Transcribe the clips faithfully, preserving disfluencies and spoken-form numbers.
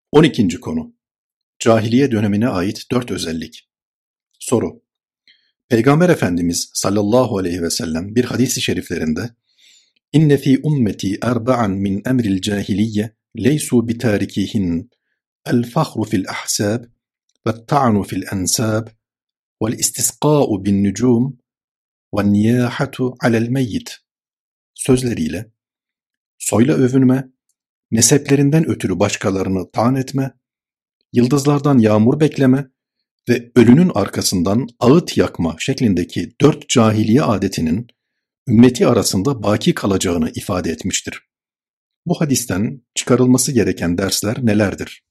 on ikinci konu. Cahiliye dönemine ait dört özellik. Soru: Peygamber Efendimiz sallallahu aleyhi ve sellem bir hadis-i şeriflerinde "İnne fî ummeti erba'an min emril cahiliye leysu bitarikihin el fahru fil ahsab ve ta'nu fil ensab vel istisqa'u bin nucum ve niyahatu alel meyyit" sözleriyle soyla övünme, neseplerinden ötürü başkalarını taan etme, yıldızlardan yağmur bekleme ve ölünün arkasından ağıt yakma şeklindeki dört cahiliye adetinin ümmeti arasında baki kalacağını ifade etmiştir. Bu hadisten çıkarılması gereken dersler nelerdir?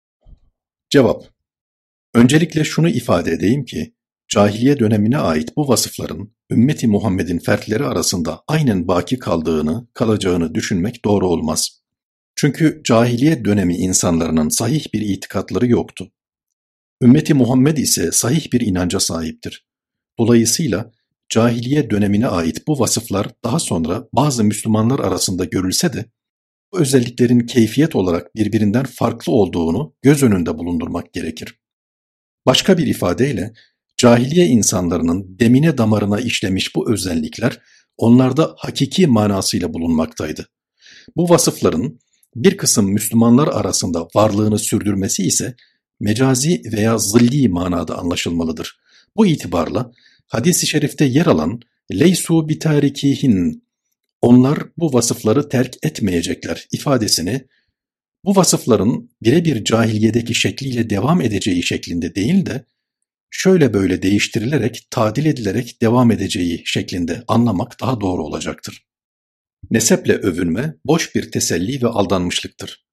Cevap: Öncelikle şunu ifade edeyim ki, cahiliye dönemine ait bu vasıfların ümmeti Muhammed'in fertleri arasında aynen baki kaldığını, kalacağını düşünmek doğru olmaz. Çünkü cahiliye dönemi insanlarının sahih bir itikatları yoktu. Ümmeti Muhammed ise sahih bir inanca sahiptir. Dolayısıyla cahiliye dönemine ait bu vasıflar daha sonra bazı Müslümanlar arasında görülse de bu özelliklerin keyfiyet olarak birbirinden farklı olduğunu göz önünde bulundurmak gerekir. Başka bir ifadeyle cahiliye insanlarının demine damarına işlemiş bu özellikler onlarda hakiki manasıyla bulunmaktaydı. Bu vasıfların bir kısım Müslümanlar arasında varlığını sürdürmesi ise mecazi veya zilli manada anlaşılmalıdır. Bu itibarla hadis-i şerifte yer alan "leysu bitarikihin" onlar bu vasıfları terk etmeyecekler ifadesini bu vasıfların birebir cahiliyedeki şekliyle devam edeceği şeklinde değil de şöyle böyle değiştirilerek, tadil edilerek devam edeceği şeklinde anlamak daha doğru olacaktır. Neseple övünme boş bir teselli ve aldanmışlıktır.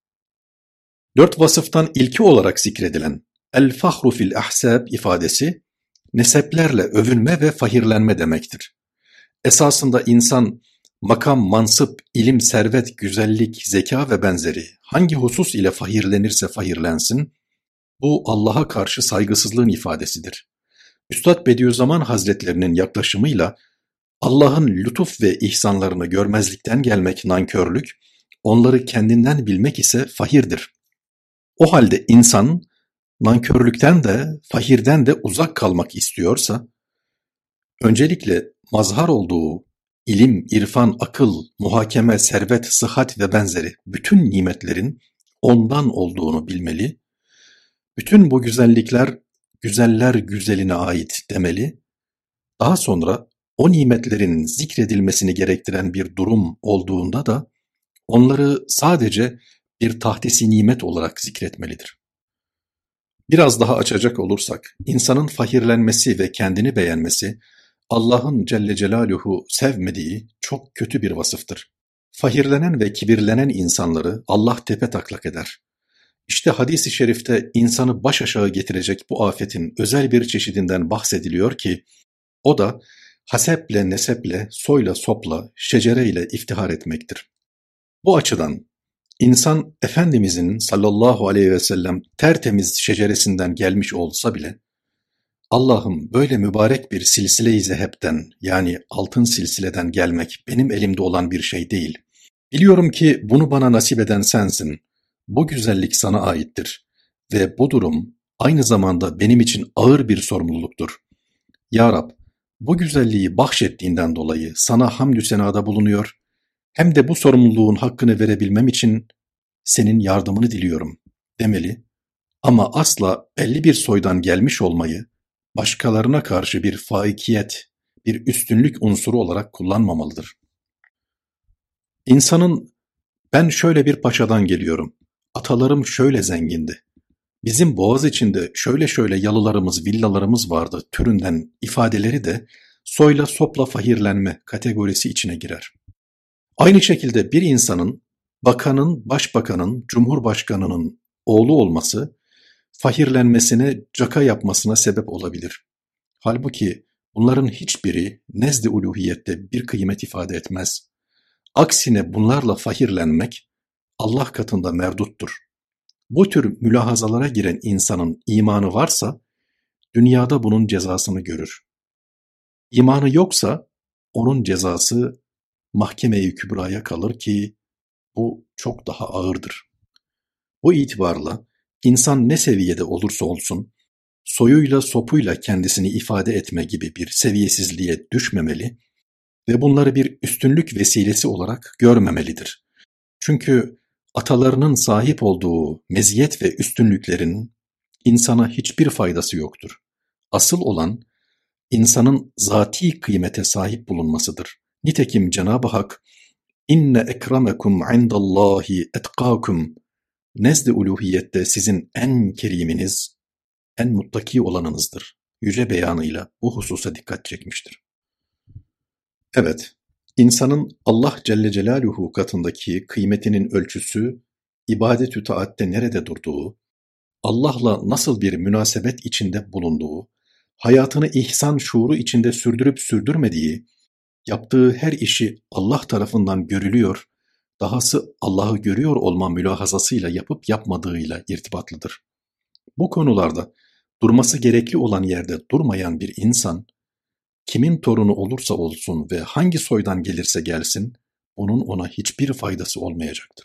Dört vasıftan ilki olarak zikredilen "el fahru fil ahsab" ifadesi neseplerle övünme ve fahirlenme demektir. Esasında insan makam, mansıp, ilim, servet, güzellik, zeka ve benzeri hangi husus ile fahirlenirse fahirlensin, bu Allah'a karşı saygısızlığın ifadesidir. Üstad Bediüzzaman Hazretlerinin yaklaşımıyla Allah'ın lütuf ve ihsanlarını görmezlikten gelmek nankörlük, onları kendinden bilmek ise fahirdir. O halde insan nankörlükten de fahirden de uzak kalmak istiyorsa, öncelikle mazhar olduğu ilim, irfan, akıl, muhakeme, servet, sıhhat ve benzeri bütün nimetlerin ondan olduğunu bilmeli, bütün bu güzellikler güzeller güzeline ait demeli, daha sonra o nimetlerin zikredilmesini gerektiren bir durum olduğunda da onları sadece bir tahdisi nimet olarak zikretmelidir. Biraz daha açacak olursak, insanın fahirlenmesi ve kendini beğenmesi, Allah'ın Celle Celaluhu sevmediği çok kötü bir vasıftır. Fahirlenen ve kibirlenen insanları Allah tepetaklak eder. İşte hadis-i şerifte insanı baş aşağı getirecek bu afetin özel bir çeşidinden bahsediliyor ki, o da haseple, neseple, soyla, sopla, şecereyle iftihar etmektir. Bu açıdan insan Efendimizin sallallahu aleyhi ve sellem tertemiz şeceresinden gelmiş olsa bile, Allah'ım böyle mübarek bir silsile-i zehepten yani altın silsileden gelmek benim elimde olan bir şey değil. Biliyorum ki bunu bana nasip eden sensin. Bu güzellik sana aittir ve bu durum aynı zamanda benim için ağır bir sorumluluktur. Ya Rab, bu güzelliği bahşettiğinden dolayı sana hamdü senada bulunuyor, hem de bu sorumluluğun hakkını verebilmem için senin yardımını diliyorum demeli ama asla belli bir soydan gelmiş olmayı başkalarına karşı bir faikiyet, bir üstünlük unsuru olarak kullanmamalıdır. İnsanın ben şöyle bir paşadan geliyorum, atalarım şöyle zengindi, bizim Boğaz içinde şöyle şöyle yalılarımız, villalarımız vardı türünden ifadeleri de soyla sopla fahirlenme kategorisi içine girer. Aynı şekilde bir insanın bakanın, başbakanın, cumhurbaşkanının oğlu olması fahirlenmesine, caka yapmasına sebep olabilir. Halbuki bunların hiçbiri nezd-i uluhiyette bir kıymet ifade etmez. Aksine bunlarla fahirlenmek Allah katında merduttur. Bu tür mülahazalara giren insanın imanı varsa dünyada bunun cezasını görür. İmanı yoksa onun cezası mahkeme-i kübraya kalır ki bu çok daha ağırdır. Bu itibarla İnsan ne seviyede olursa olsun, soyuyla sopuyla kendisini ifade etme gibi bir seviyesizliğe düşmemeli ve bunları bir üstünlük vesilesi olarak görmemelidir. Çünkü atalarının sahip olduğu meziyet ve üstünlüklerin insana hiçbir faydası yoktur. Asıl olan insanın zati kıymete sahip bulunmasıdır. Nitekim Cenab-ı Hak inne ekremekum indallahi etkâkum, nezd-i uluhiyette sizin en keriminiz, en muttaki olanınızdır. Yüce beyanıyla bu hususa dikkat çekmiştir. Evet, insanın Allah Celle Celaluhu katındaki kıymetinin ölçüsü, ibadet-ü taatte nerede durduğu, Allah'la nasıl bir münasebet içinde bulunduğu, hayatını ihsan şuuru içinde sürdürüp sürdürmediği, yaptığı her işi Allah tarafından görülüyor, dahası Allah'ı görüyor olma mülahazasıyla yapıp yapmadığıyla irtibatlıdır. Bu konularda durması gerekli olan yerde durmayan bir insan, kimin torunu olursa olsun ve hangi soydan gelirse gelsin, onun ona hiçbir faydası olmayacaktır.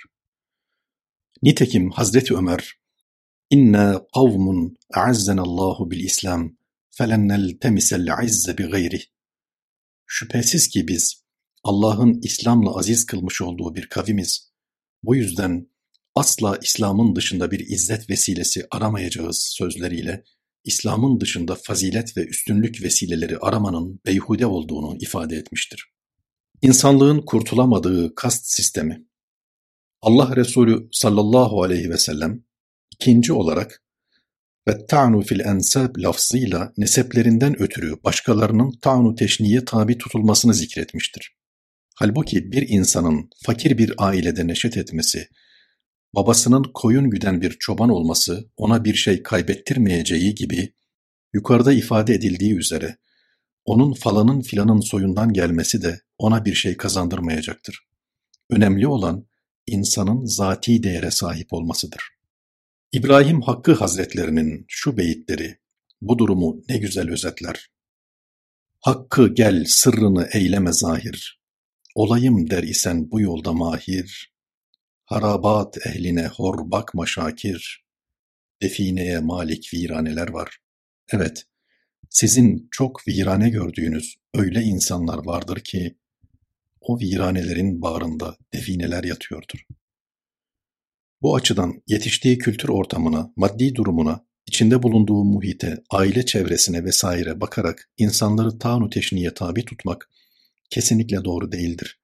Nitekim Hazreti Ömer, İnna kavmun a'azzenallahu bil İslam, felen neltemisel izze bi gayrih. Şüphesiz ki biz, Allah'ın İslam'la aziz kılmış olduğu bir kavimiz. Bu yüzden asla İslam'ın dışında bir izzet vesilesi aramayacağız sözleriyle, İslam'ın dışında fazilet ve üstünlük vesileleri aramanın beyhude olduğunu ifade etmiştir. İnsanlığın kurtulamadığı kast sistemi. Allah Resulü sallallahu aleyhi ve sellem ikinci olarak ve ta'nu fil ensab lafzıyla neseplerinden ötürü başkalarının ta'nu teşniye tabi tutulmasını zikretmiştir. Halbuki bir insanın fakir bir ailede neşet etmesi, babasının koyun güden bir çoban olması ona bir şey kaybettirmeyeceği gibi, yukarıda ifade edildiği üzere, onun falanın filanın soyundan gelmesi de ona bir şey kazandırmayacaktır. Önemli olan insanın zati değere sahip olmasıdır. İbrahim Hakkı Hazretlerinin şu beyitleri bu durumu ne güzel özetler. Hakkı gel sırrını eyleme zahir, olayım der isen bu yolda mahir, harabat ehline hor bakma şakir, defineye malik viraneler var. Evet, sizin çok virane gördüğünüz öyle insanlar vardır ki, o viranelerin bağrında defineler yatıyordur. Bu açıdan yetiştiği kültür ortamına, maddi durumuna, içinde bulunduğu muhite, aile çevresine vesaire bakarak insanları ta'n-u teşniye tabi tutmak kesinlikle doğru değildir.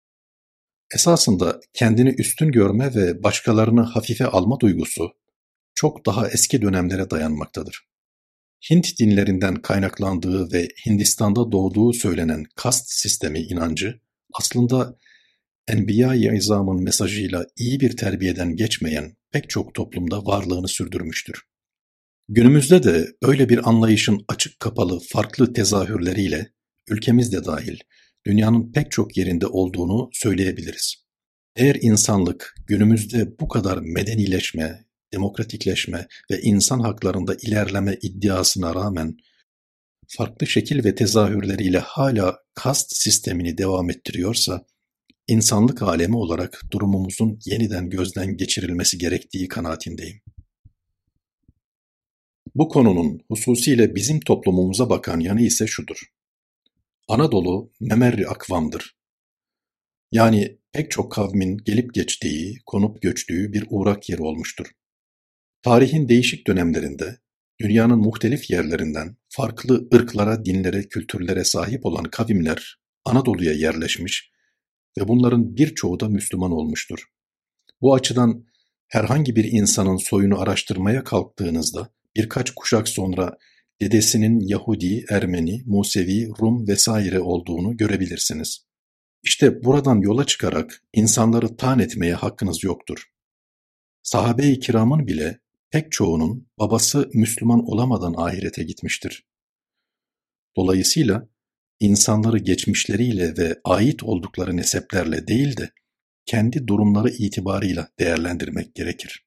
Esasında kendini üstün görme ve başkalarını hafife alma duygusu çok daha eski dönemlere dayanmaktadır. Hint dinlerinden kaynaklandığı ve Hindistan'da doğduğu söylenen kast sistemi inancı aslında Enbiya-i İzam'ın mesajıyla iyi bir terbiyeden geçmeyen pek çok toplumda varlığını sürdürmüştür. Günümüzde de böyle bir anlayışın açık kapalı farklı tezahürleriyle ülkemizde dahil dünyanın pek çok yerinde olduğunu söyleyebiliriz. Eğer insanlık günümüzde bu kadar medenileşme, demokratikleşme ve insan haklarında ilerleme iddiasına rağmen farklı şekil ve tezahürleriyle hala kast sistemini devam ettiriyorsa, insanlık alemi olarak durumumuzun yeniden gözden geçirilmesi gerektiği kanaatindeyim. Bu konunun hususiyle bizim toplumumuza bakan yanı ise şudur. Anadolu memerri akvamdır. Yani pek çok kavmin gelip geçtiği, konup göçtüğü bir uğrak yeri olmuştur. Tarihin değişik dönemlerinde dünyanın muhtelif yerlerinden farklı ırklara, dinlere, kültürlere sahip olan kavimler Anadolu'ya yerleşmiş ve bunların birçoğu da Müslüman olmuştur. Bu açıdan herhangi bir insanın soyunu araştırmaya kalktığınızda birkaç kuşak sonra dedesinin Yahudi, Ermeni, Musevi, Rum vesaire olduğunu görebilirsiniz. İşte buradan yola çıkarak insanları taan etmeye hakkınız yoktur. Sahabe-i kiramın bile pek çoğunun babası Müslüman olamadan ahirete gitmiştir. Dolayısıyla insanları geçmişleriyle ve ait oldukları neseplerle değil de kendi durumları itibarıyla değerlendirmek gerekir.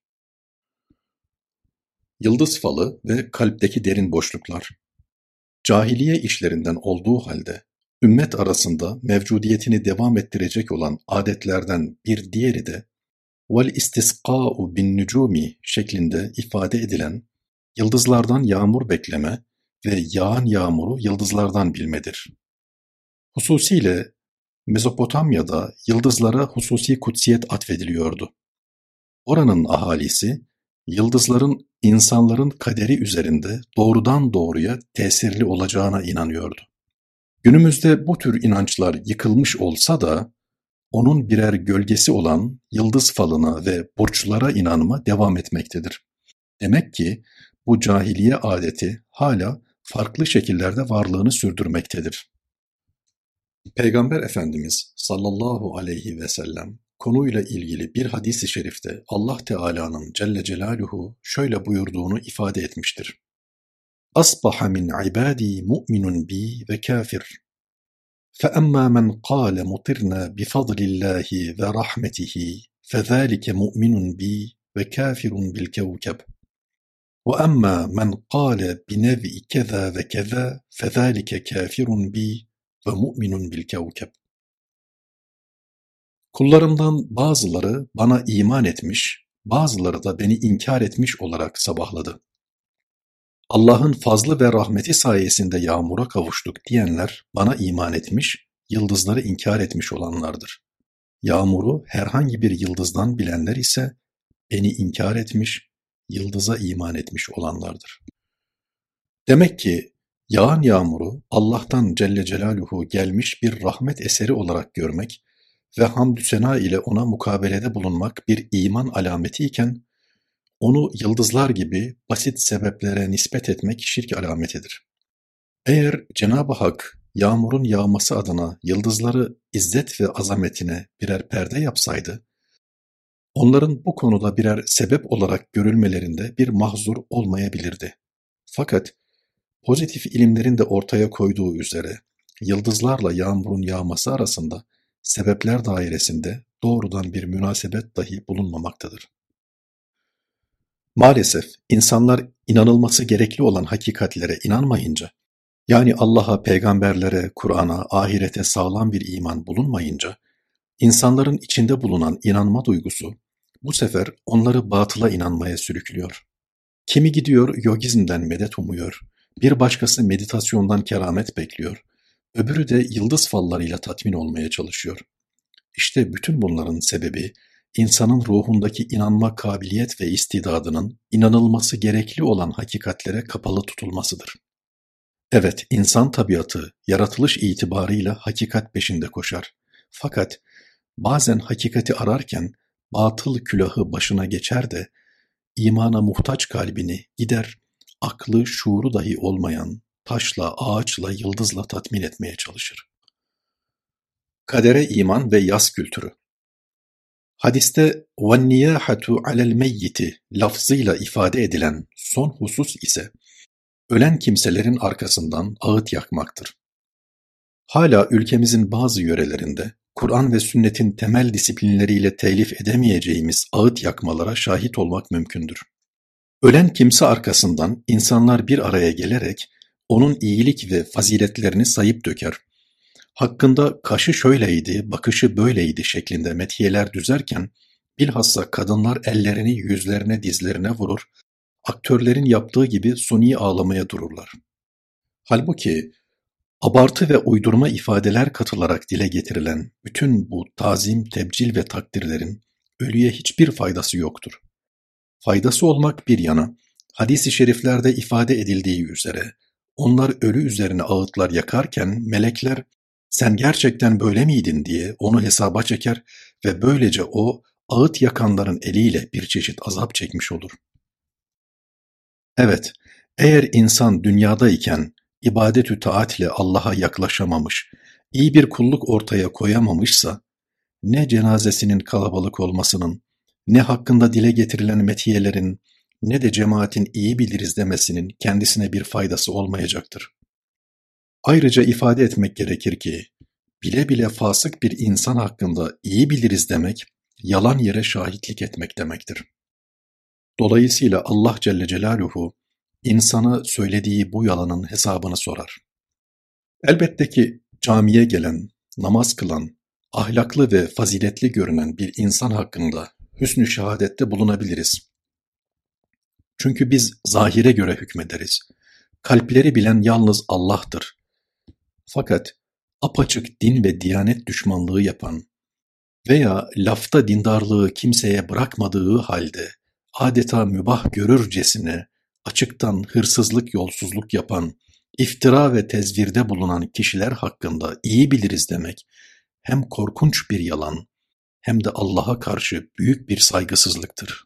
Yıldız falı ve kalpteki derin boşluklar. Cahiliye işlerinden olduğu halde ümmet arasında mevcudiyetini devam ettirecek olan adetlerden bir diğeri de vel istisqa'u bin nucumi şeklinde ifade edilen yıldızlardan yağmur bekleme ve yağan yağmuru yıldızlardan bilmedir. Hususiyle Mezopotamya'da yıldızlara hususi kutsiyet atfediliyordu. Oranın ahalisi, yıldızların insanların kaderi üzerinde doğrudan doğruya tesirli olacağına inanıyordu. Günümüzde bu tür inançlar yıkılmış olsa da, onun birer gölgesi olan yıldız falına ve burçlara inanma devam etmektedir. Demek ki bu cahiliye adeti hala farklı şekillerde varlığını sürdürmektedir. Peygamber Efendimiz sallallahu aleyhi ve sellem konuyla ilgili bir hadis-i şerifte Allah Teala'nın Celle Celaluhu şöyle buyurduğunu ifade etmiştir. Asbaha min ibadi mu'minun bi ve kafir. فَأَمَّا مَنْ قَالَ مُطِرْنَا بِفَضْلِ اللّٰهِ وَرَحْمَتِهِ فَذَٰلِكَ مُؤْمِنٌ بِي وَكَافِرٌ بِالْكَوْكَبِ وَأَمَّا مَنْ قَالَ بِنَوْعِ كَذَا وَكَذَا فَذَٰلِكَ كَافِرٌ بِي وَمُؤْمِنٌ بِالْكَوْكَبِ. Kullarımdan bazıları bana iman etmiş, bazıları da beni inkar etmiş olarak sabahladı. Allah'ın fazlı ve rahmeti sayesinde yağmura kavuştuk diyenler bana iman etmiş, yıldızları inkar etmiş olanlardır. Yağmuru herhangi bir yıldızdan bilenler ise beni inkar etmiş, yıldıza iman etmiş olanlardır. Demek ki yağan yağmuru Allah'tan Celle Celaluhu gelmiş bir rahmet eseri olarak görmek ve hamdü sena ile ona mukabelede bulunmak bir iman alameti iken, onu yıldızlar gibi basit sebeplere nispet etmek şirk alametidir. Eğer Cenab-ı Hak yağmurun yağması adına yıldızları izzet ve azametine birer perde yapsaydı, onların bu konuda birer sebep olarak görülmelerinde bir mahzur olmayabilirdi. Fakat pozitif ilimlerin de ortaya koyduğu üzere yıldızlarla yağmurun yağması arasında sebepler dairesinde doğrudan bir münasebet dahi bulunmamaktadır. Maalesef insanlar inanılması gerekli olan hakikatlere inanmayınca, yani Allah'a, peygamberlere, Kur'an'a, ahirete sağlam bir iman bulunmayınca, insanların içinde bulunan inanma duygusu bu sefer onları batıla inanmaya sürüklüyor. Kimi gidiyor yogizmden medet umuyor, bir başkası meditasyondan keramet bekliyor, öbürü de yıldız fallarıyla tatmin olmaya çalışıyor. İşte bütün bunların sebebi, İnsanın ruhundaki inanma kabiliyet ve istidadının inanılması gerekli olan hakikatlere kapalı tutulmasıdır. Evet, insan tabiatı yaratılış itibarıyla hakikat peşinde koşar. Fakat bazen hakikati ararken batıl külahı başına geçer de imana muhtaç kalbini gider, aklı şuuru dahi olmayan taşla, ağaçla, yıldızla tatmin etmeye çalışır. Kadere iman ve yas kültürü. Hadiste وَالنِّيَاحَةُ عَلَى الْمَيِّتِ lafzıyla ifade edilen son husus ise ölen kimselerin arkasından ağıt yakmaktır. Hala ülkemizin bazı yörelerinde Kur'an ve sünnetin temel disiplinleriyle telif edemeyeceğimiz ağıt yakmalara şahit olmak mümkündür. Ölen kimse arkasından insanlar bir araya gelerek onun iyilik ve faziletlerini sayıp döker. Hakkında kaşı şöyleydi, bakışı böyleydi şeklinde methiyeler düzerken, bilhassa kadınlar ellerini yüzlerine, dizlerine vurur, aktörlerin yaptığı gibi suni ağlamaya dururlar. Halbuki abartı ve uydurma ifadeler katılarak dile getirilen bütün bu tazim, tebcil ve takdirlerin ölüye hiçbir faydası yoktur. Faydası olmak bir yana, hadis-i şeriflerde ifade edildiği üzere, onlar ölü üzerine ağıtlar yakarken melekler, sen gerçekten böyle miydin diye onu hesaba çeker ve böylece o ağıt yakanların eliyle bir çeşit azap çekmiş olur. Evet, eğer insan dünyadayken ibadetü taat ile Allah'a yaklaşamamış, iyi bir kulluk ortaya koyamamışsa, ne cenazesinin kalabalık olmasının, ne hakkında dile getirilen metiyelerin, ne de cemaatin iyi biliriz demesinin kendisine bir faydası olmayacaktır. Ayrıca ifade etmek gerekir ki, bile bile fasık bir insan hakkında iyi biliriz demek, yalan yere şahitlik etmek demektir. Dolayısıyla Allah Celle Celaluhu, insana söylediği bu yalanın hesabını sorar. Elbette ki camiye gelen, namaz kılan, ahlaklı ve faziletli görünen bir insan hakkında hüsnü şehadette bulunabiliriz. Çünkü biz zahire göre hükmederiz. Kalpleri bilen yalnız Allah'tır. Fakat apaçık din ve diyanet düşmanlığı yapan veya lafta dindarlığı kimseye bırakmadığı halde adeta mübah görürcesine açıktan hırsızlık, yolsuzluk yapan, iftira ve tezvirde bulunan kişiler hakkında iyi biliriz demek hem korkunç bir yalan hem de Allah'a karşı büyük bir saygısızlıktır.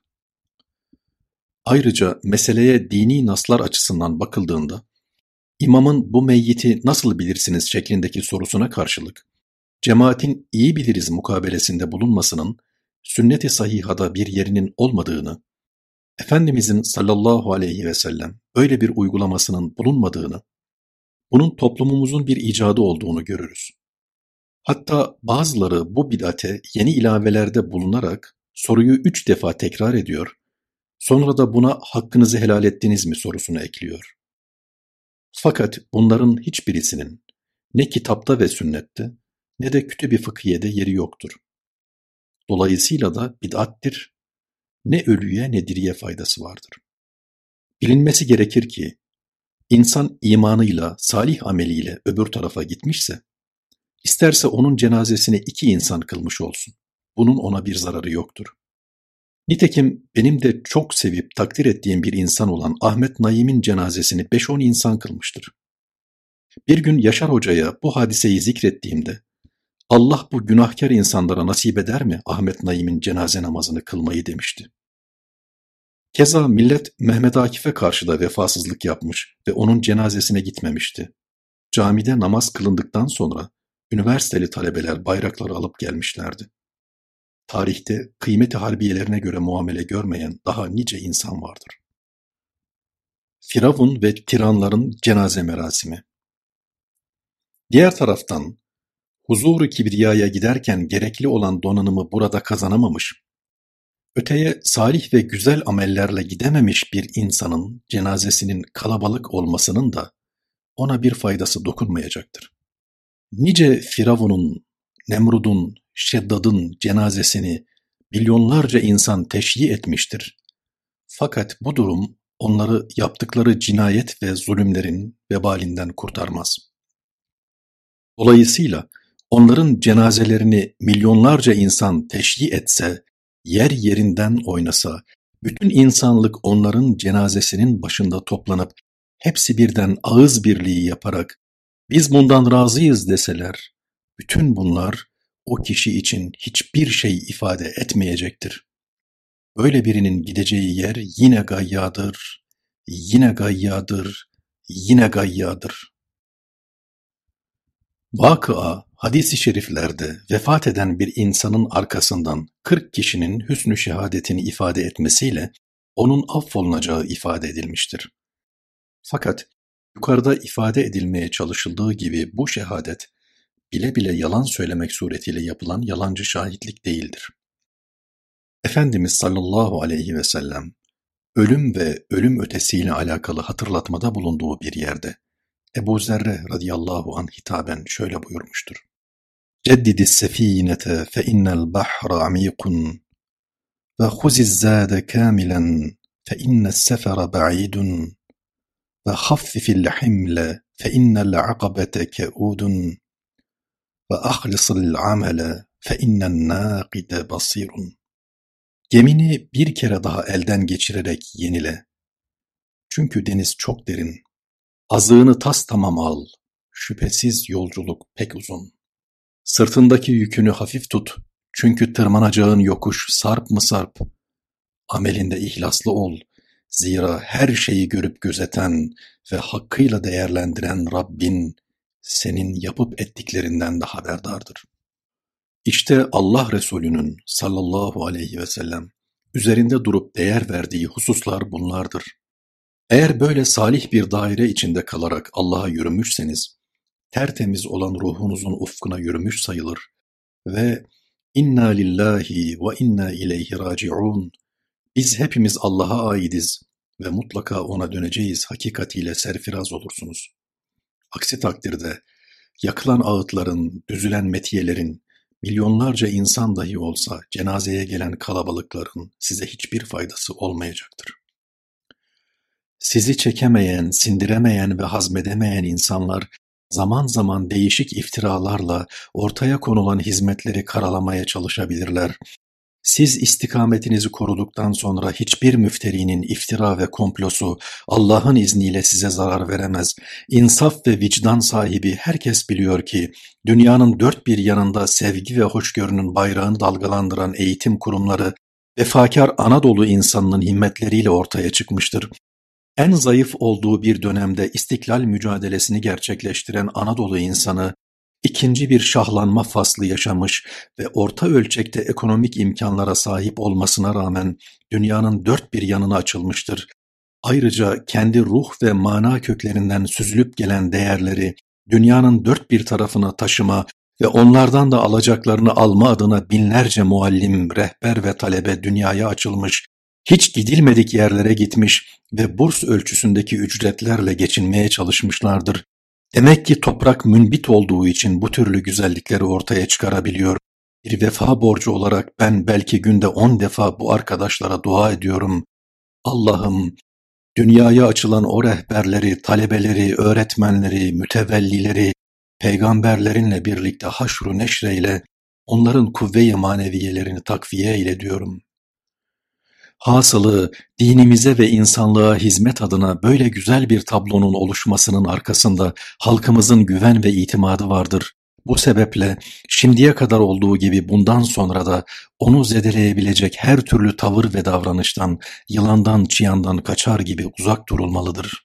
Ayrıca meseleye dini naslar açısından bakıldığında, imamın bu meyyiti nasıl bilirsiniz şeklindeki sorusuna karşılık, cemaatin iyi biliriz mukabelesinde bulunmasının sünnet-i sahihada bir yerinin olmadığını, Efendimizin sallallahu aleyhi ve sellem böyle bir uygulamasının bulunmadığını, bunun toplumumuzun bir icadı olduğunu görürüz. Hatta bazıları bu bid'ate yeni ilavelerde bulunarak soruyu üç defa tekrar ediyor, sonra da buna hakkınızı helal ettiniz mi sorusunu ekliyor. Fakat bunların hiçbirisinin ne kitapta ve sünnette ne de kütüb-i fıkhiyede yeri yoktur. Dolayısıyla da bid'attir, ne ölüye ne diriye faydası vardır. Bilinmesi gerekir ki, insan imanıyla, salih ameliyle öbür tarafa gitmişse, isterse onun cenazesini iki insan kılmış olsun. Bunun ona bir zararı yoktur. Nitekim benim de çok sevip takdir ettiğim bir insan olan Ahmet Naim'in cenazesini beş on insan kılmıştır. Bir gün Yaşar Hoca'ya bu hadiseyi zikrettiğimde, Allah bu günahkar insanlara nasip eder mi Ahmet Naim'in cenaze namazını kılmayı demişti. Keza millet Mehmet Akif'e karşı da vefasızlık yapmış ve onun cenazesine gitmemişti. Camide namaz kılındıktan sonra üniversiteli talebeler bayrakları alıp gelmişlerdi. Tarihte kıymeti harbiyelerine göre muamele görmeyen daha nice insan vardır. Firavun ve tiranların cenaze merasimi. Diğer taraftan, huzur-u kibriyaya giderken gerekli olan donanımı burada kazanamamış, öteye salih ve güzel amellerle gidememiş bir insanın cenazesinin kalabalık olmasının da ona bir faydası dokunmayacaktır. Nice Firavun'un, Nemrud'un, Şeddad'ın cenazesini milyonlarca insan teşyi etmiştir. Fakat bu durum onları yaptıkları cinayet ve zulümlerin vebalinden kurtarmaz. Dolayısıyla onların cenazelerini milyonlarca insan teşyi etse, yer yerinden oynasa, bütün insanlık onların cenazesinin başında toplanıp hepsi birden ağız birliği yaparak biz bundan razıyız deseler, bütün bunlar o kişi için hiçbir şey ifade etmeyecektir. Böyle birinin gideceği yer yine gayyadır, yine gayyadır, yine gayyadır. Vakıa, hadis-i şeriflerde vefat eden bir insanın arkasından kırk kişinin hüsnü şehadetini ifade etmesiyle onun affolunacağı ifade edilmiştir. Fakat yukarıda ifade edilmeye çalışıldığı gibi bu şehadet, bile bile yalan söylemek suretiyle yapılan yalancı şahitlik değildir. Efendimiz sallallahu aleyhi ve sellem, ölüm ve ölüm ötesiyle alakalı hatırlatmada bulunduğu bir yerde, Ebu Zerre radıyallahu anh hitaben şöyle buyurmuştur. Ceddidis sefinete fe innel bahra amikun ve huziz zâde kâmilen fe innes sefere ba'idun ve haffifil himle fe innel akabete ke'udun ve ahlisıl amele fe innen nâkide basirun. Gemini bir kere daha elden geçirerek yenile. Çünkü deniz çok derin. Azığını tas tamam al. Şüphesiz yolculuk pek uzun. Sırtındaki yükünü hafif tut. Çünkü tırmanacağın yokuş sarp mı sarp. Amelinde ihlaslı ol. Zira her şeyi görüp gözeten ve hakkıyla değerlendiren Rabbin senin yapıp ettiklerinden de haberdardır. İşte Allah Resulü'nün sallallahu aleyhi ve sellem üzerinde durup değer verdiği hususlar bunlardır. Eğer böyle salih bir daire içinde kalarak Allah'a yürümüşseniz, tertemiz olan ruhunuzun ufkuna yürümüş sayılır ve inna lillahi ve inna ileyhi raciun, biz hepimiz Allah'a aidiz ve mutlaka ona döneceğiz hakikatiyle serfiraz olursunuz. Aksi takdirde yakılan ağıtların, düzülen metiyelerin, milyonlarca insan dahi olsa cenazeye gelen kalabalıkların size hiçbir faydası olmayacaktır. Sizi çekemeyen, sindiremeyen ve hazmedemeyen insanlar zaman zaman değişik iftiralarla ortaya konulan hizmetleri karalamaya çalışabilirler. Siz istikametinizi koruduktan sonra hiçbir müfterinin iftira ve komplosu Allah'ın izniyle size zarar veremez. İnsaf ve vicdan sahibi herkes biliyor ki dünyanın dört bir yanında sevgi ve hoşgörünün bayrağını dalgalandıran eğitim kurumları vefakar Anadolu insanının himmetleriyle ortaya çıkmıştır. En zayıf olduğu bir dönemde istiklal mücadelesini gerçekleştiren Anadolu insanı, ikinci bir şahlanma faslı yaşamış ve orta ölçekte ekonomik imkanlara sahip olmasına rağmen dünyanın dört bir yanına açılmıştır. Ayrıca kendi ruh ve mana köklerinden süzülüp gelen değerleri dünyanın dört bir tarafına taşıma ve onlardan da alacaklarını alma adına binlerce muallim, rehber ve talebe dünyaya açılmış, hiç gidilmedik yerlere gitmiş ve burs ölçüsündeki ücretlerle geçinmeye çalışmışlardır. Demek ki toprak münbit olduğu için bu türlü güzellikleri ortaya çıkarabiliyor. Bir vefa borcu olarak ben belki günde on defa bu arkadaşlara dua ediyorum. Allah'ım, dünyaya açılan o rehberleri, talebeleri, öğretmenleri, mütevellileri, peygamberlerinle birlikte haşru neşreyle, onların kuvve-i maneviyelerini takviye eyle diyorum. Hasılı, dinimize ve insanlığa hizmet adına böyle güzel bir tablonun oluşmasının arkasında halkımızın güven ve itimadı vardır. Bu sebeple şimdiye kadar olduğu gibi bundan sonra da onu zedeleyebilecek her türlü tavır ve davranıştan, yılandan çıyandan kaçar gibi uzak durulmalıdır.